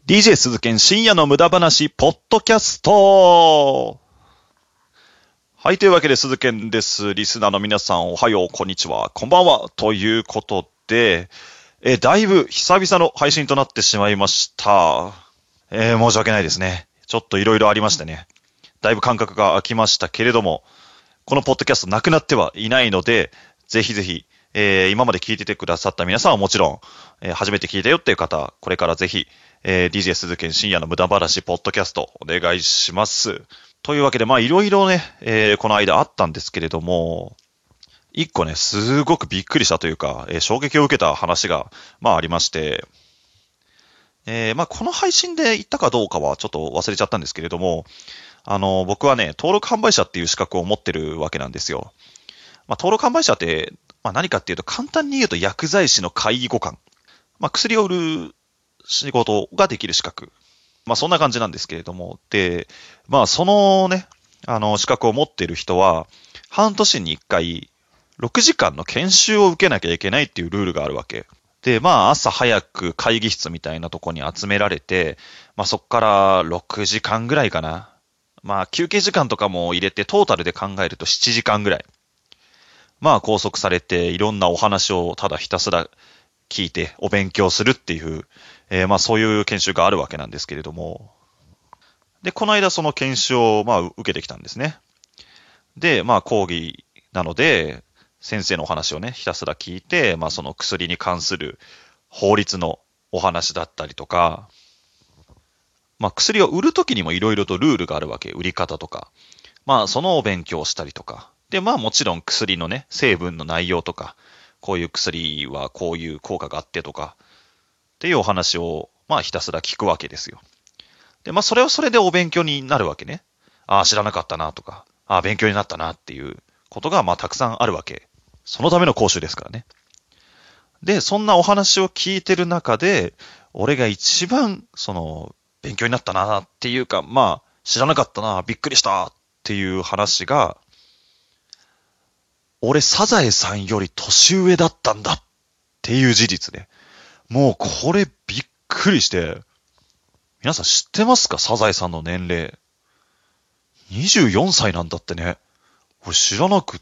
DJ 鈴研深夜の無駄話ポッドキャスト。はい、というわけで鈴研です。リスナーの皆さんおはよう、こんにちは、こんばんは。ということで、だいぶ久々の配信となってしまいました。申し訳ないですね。ちょっといろいろありましてね。だいぶ間隔が空きましたけれども、このポッドキャストなくなってはいないので、ぜひぜひ、今まで聞いててくださった皆さんはもちろん、初めて聞いたよっていう方、これからぜひ、DJ 鈴研深夜の無駄話ポッドキャストお願いします。というわけで、いろいろね、この間あったんですけれども、一個ね、すごくびっくりしたというか、衝撃を受けた話が、ありまして、この配信で言ったかどうかはちょっと忘れちゃったんですけれども、僕はね、登録販売者っていう資格を持ってるわけなんですよ。登録販売者って、何かっていうと、簡単に言うと薬剤師の介護官。薬を売る仕事ができる資格。そんな感じなんですけれども。で、そのね、資格を持っている人は、半年に1回、6時間の研修を受けなきゃいけないっていうルールがあるわけ。で、朝早く会議室みたいなとこに集められて、そこから6時間ぐらいかな。休憩時間とかも入れて、トータルで考えると7時間ぐらい。拘束されて、いろんなお話をただひたすら聞いて、お勉強するっていう、そういう研修があるわけなんですけれども。で、この間その研修を、受けてきたんですね。で、講義なので、先生のお話をね、ひたすら聞いて、その薬に関する法律のお話だったりとか、薬を売るときにもいろいろとルールがあるわけ。売り方とか。そのお勉強をしたりとか。で、もちろん薬のね、成分の内容とか、こういう薬はこういう効果があってとか、っていうお話を、ひたすら聞くわけですよ。で、それはそれでお勉強になるわけね。ああ、知らなかったなとか、ああ、勉強になったなっていうことが、たくさんあるわけ。そのための講習ですからね。で、そんなお話を聞いてる中で、俺が一番、勉強になったなっていうか、知らなかったな、びっくりしたっていう話が、俺、サザエさんより年上だったんだっていう事実ね。もうこれびっくりして、皆さん知ってますか？サザエさんの年齢。24歳なんだってね。俺知らなくって、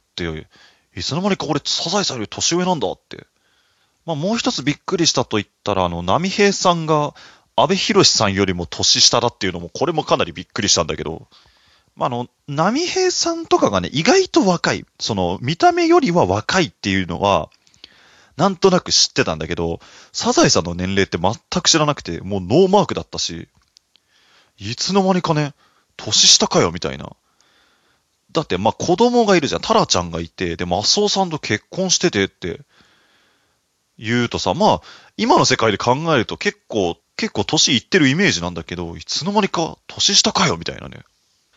いつの間にか俺サザエさんより年上なんだって。もう一つびっくりしたと言ったら、波平さんが安倍博さんよりも年下だっていうのも、これもかなりびっくりしたんだけど、波平さんとかがね、意外と若い。見た目よりは若いっていうのは、なんとなく知ってたんだけど、サザエさんの年齢って全く知らなくて、もうノーマークだったし、いつの間にかね、年下かよ、みたいな。だって、子供がいるじゃん。タラちゃんがいて、で、マスオさんと結婚しててって言うとさ、今の世界で考えると結構年いってるイメージなんだけど、いつの間にか年下かよ、みたいなね。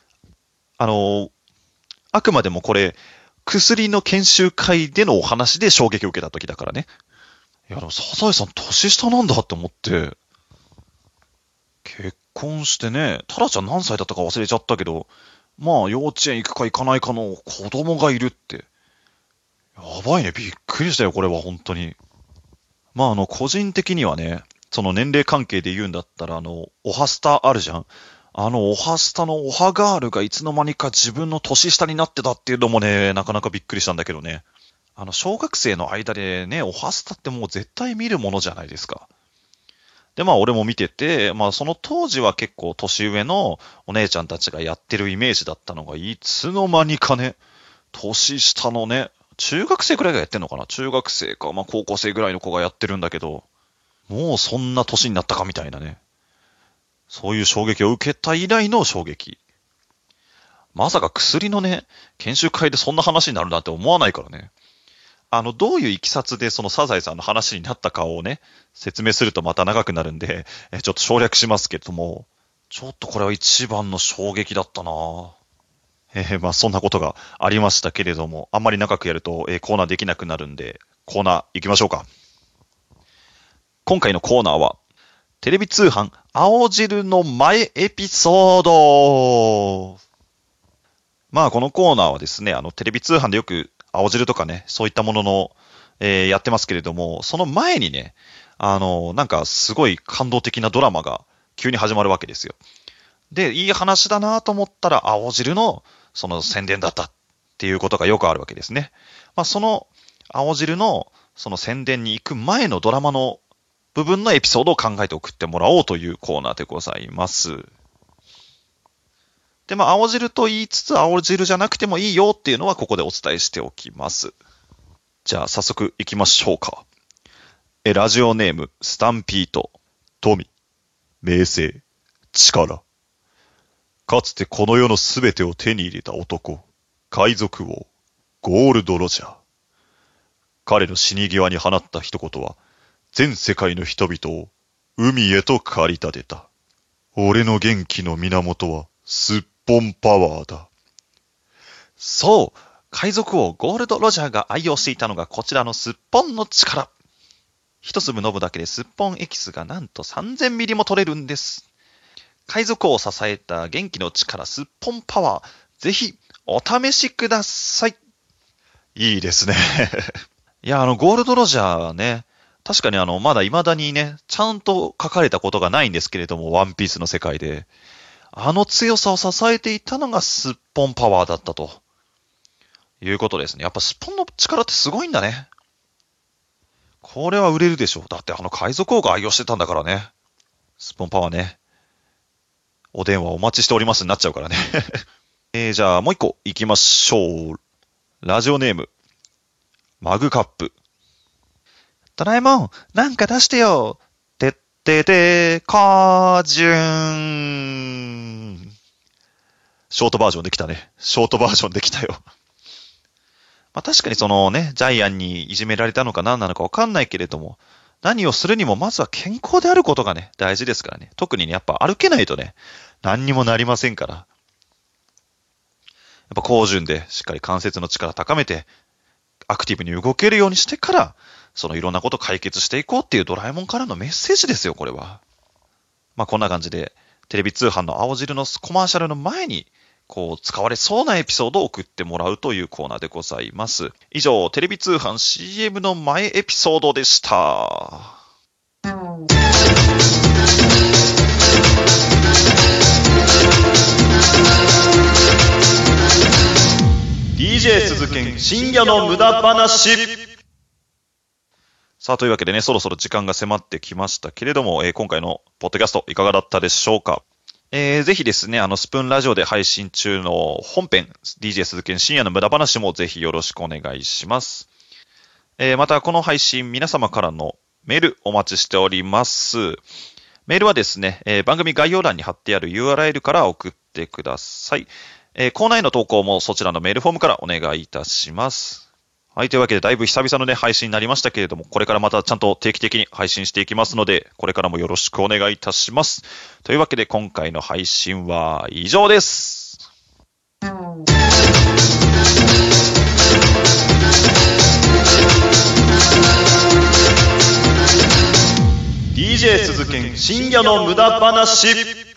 あくまでもこれ、薬の研修会でのお話で衝撃を受けた時だからね。いや、でもサザエさん年下なんだって思って、結婚してね、タラちゃん何歳だったか忘れちゃったけど、幼稚園行くか行かないかの子供がいるって。やばいね、びっくりしたよ、これは本当に。個人的にはね、その年齢関係で言うんだったら、オハスタあるじゃん。オハスタのオハガールがいつの間にか自分の年下になってたっていうのもね、なかなかびっくりしたんだけどね。小学生の間でね、オハスタってもう絶対見るものじゃないですか。で、俺も見てて、その当時は結構年上のお姉ちゃんたちがやってるイメージだったのが、いつの間にかね、年下のね、中学生くらいがやってんのかな？中学生か、高校生ぐらいの子がやってるんだけど、もうそんな年になったかみたいなね。そういう衝撃を受けた以来の衝撃。まさか薬のね、研修会でそんな話になるなんて思わないからね。どういういきさつでそのサザエさんの話になったかをね、説明するとまた長くなるんで、ちょっと省略しますけども、ちょっとこれは一番の衝撃だったなそんなことがありましたけれども、あんまり長くやると、コーナーできなくなるんで、コーナー行きましょうか。今回のコーナーは、テレビ通販青汁の前エピソード。このコーナーはですね、テレビ通販でよく青汁とかね、そういったものの、やってますけれども、その前にね、なんかすごい感動的なドラマが急に始まるわけですよ。で、いい話だなと思ったら、青汁のその宣伝だったっていうことがよくあるわけですね。その青汁のその宣伝に行く前のドラマの部分のエピソードを考えて送ってもらおうというコーナーでございます。で、青汁と言いつつ、青汁じゃなくてもいいよっていうのはここでお伝えしておきます。じゃあ、早速行きましょうか。ラジオネーム、スタンピート、富、名声、力。かつてこの世のすべてを手に入れた男、海賊王、ゴールド・ロジャー。彼の死に際に放った一言は、全世界の人々を海へと駆り立てた。俺の元気の源は、すっぽんパワーだ。そう、海賊王ゴールド・ロジャーが愛用していたのがこちらのすっぽんの力。一粒飲むだけですっぽんエキスがなんと3000ミリも取れるんです。海賊王を支えた元気の力すっぽんパワー、ぜひお試しください。いいですね。いや、ゴールド・ロジャーね、確かにまだ未だにね、ちゃんと書かれたことがないんですけれども、ワンピースの世界で。強さを支えていたのがすっぽんパワーだったということですね。やっぱすっぽんの力ってすごいんだね。これは売れるでしょう。だって海賊王が愛用してたんだからね。すっぽんパワーね。お電話お待ちしておりますになっちゃうからね。じゃあもう一個行きましょう。ラジオネーム。マグカップ。ドラえもん、なんか出してよ。てってて、かーじゅーん。ショートバージョンできたね。ショートバージョンできたよ。確かにそのね、ジャイアンにいじめられたのか何なのかわかんないけれども、何をするにもまずは健康であることがね、大事ですからね。特にね、やっぱ歩けないとね、何にもなりませんから。やっぱ好順でしっかり関節の力高めて、アクティブに動けるようにしてから、そのいろんなことを解決していこうっていうドラえもんからのメッセージですよ、これは。こんな感じで、テレビ通販の青汁のコマーシャルの前に、使われそうなエピソードを送ってもらうというコーナーでございます。以上、テレビ通販 CM の前エピソードでした。DJ 鈴研深夜の無駄話。さあ、というわけでね、そろそろ時間が迫ってきましたけれども、今回のポッドキャストいかがだったでしょうか。ぜひですね、スプーンラジオで配信中の本編、DJ 鈴研深夜の無駄話もぜひよろしくお願いします。また、この配信、皆様からのメールお待ちしております。メールはですね、番組概要欄に貼ってある URL から送ってください。コーナーへの投稿もそちらのメールフォームからお願いいたします。はい、というわけでだいぶ久々のね、配信になりましたけれども、これからまたちゃんと定期的に配信していきますので、これからもよろしくお願いいたします。というわけで今回の配信は以上です。DJ 鈴研深夜の無駄話。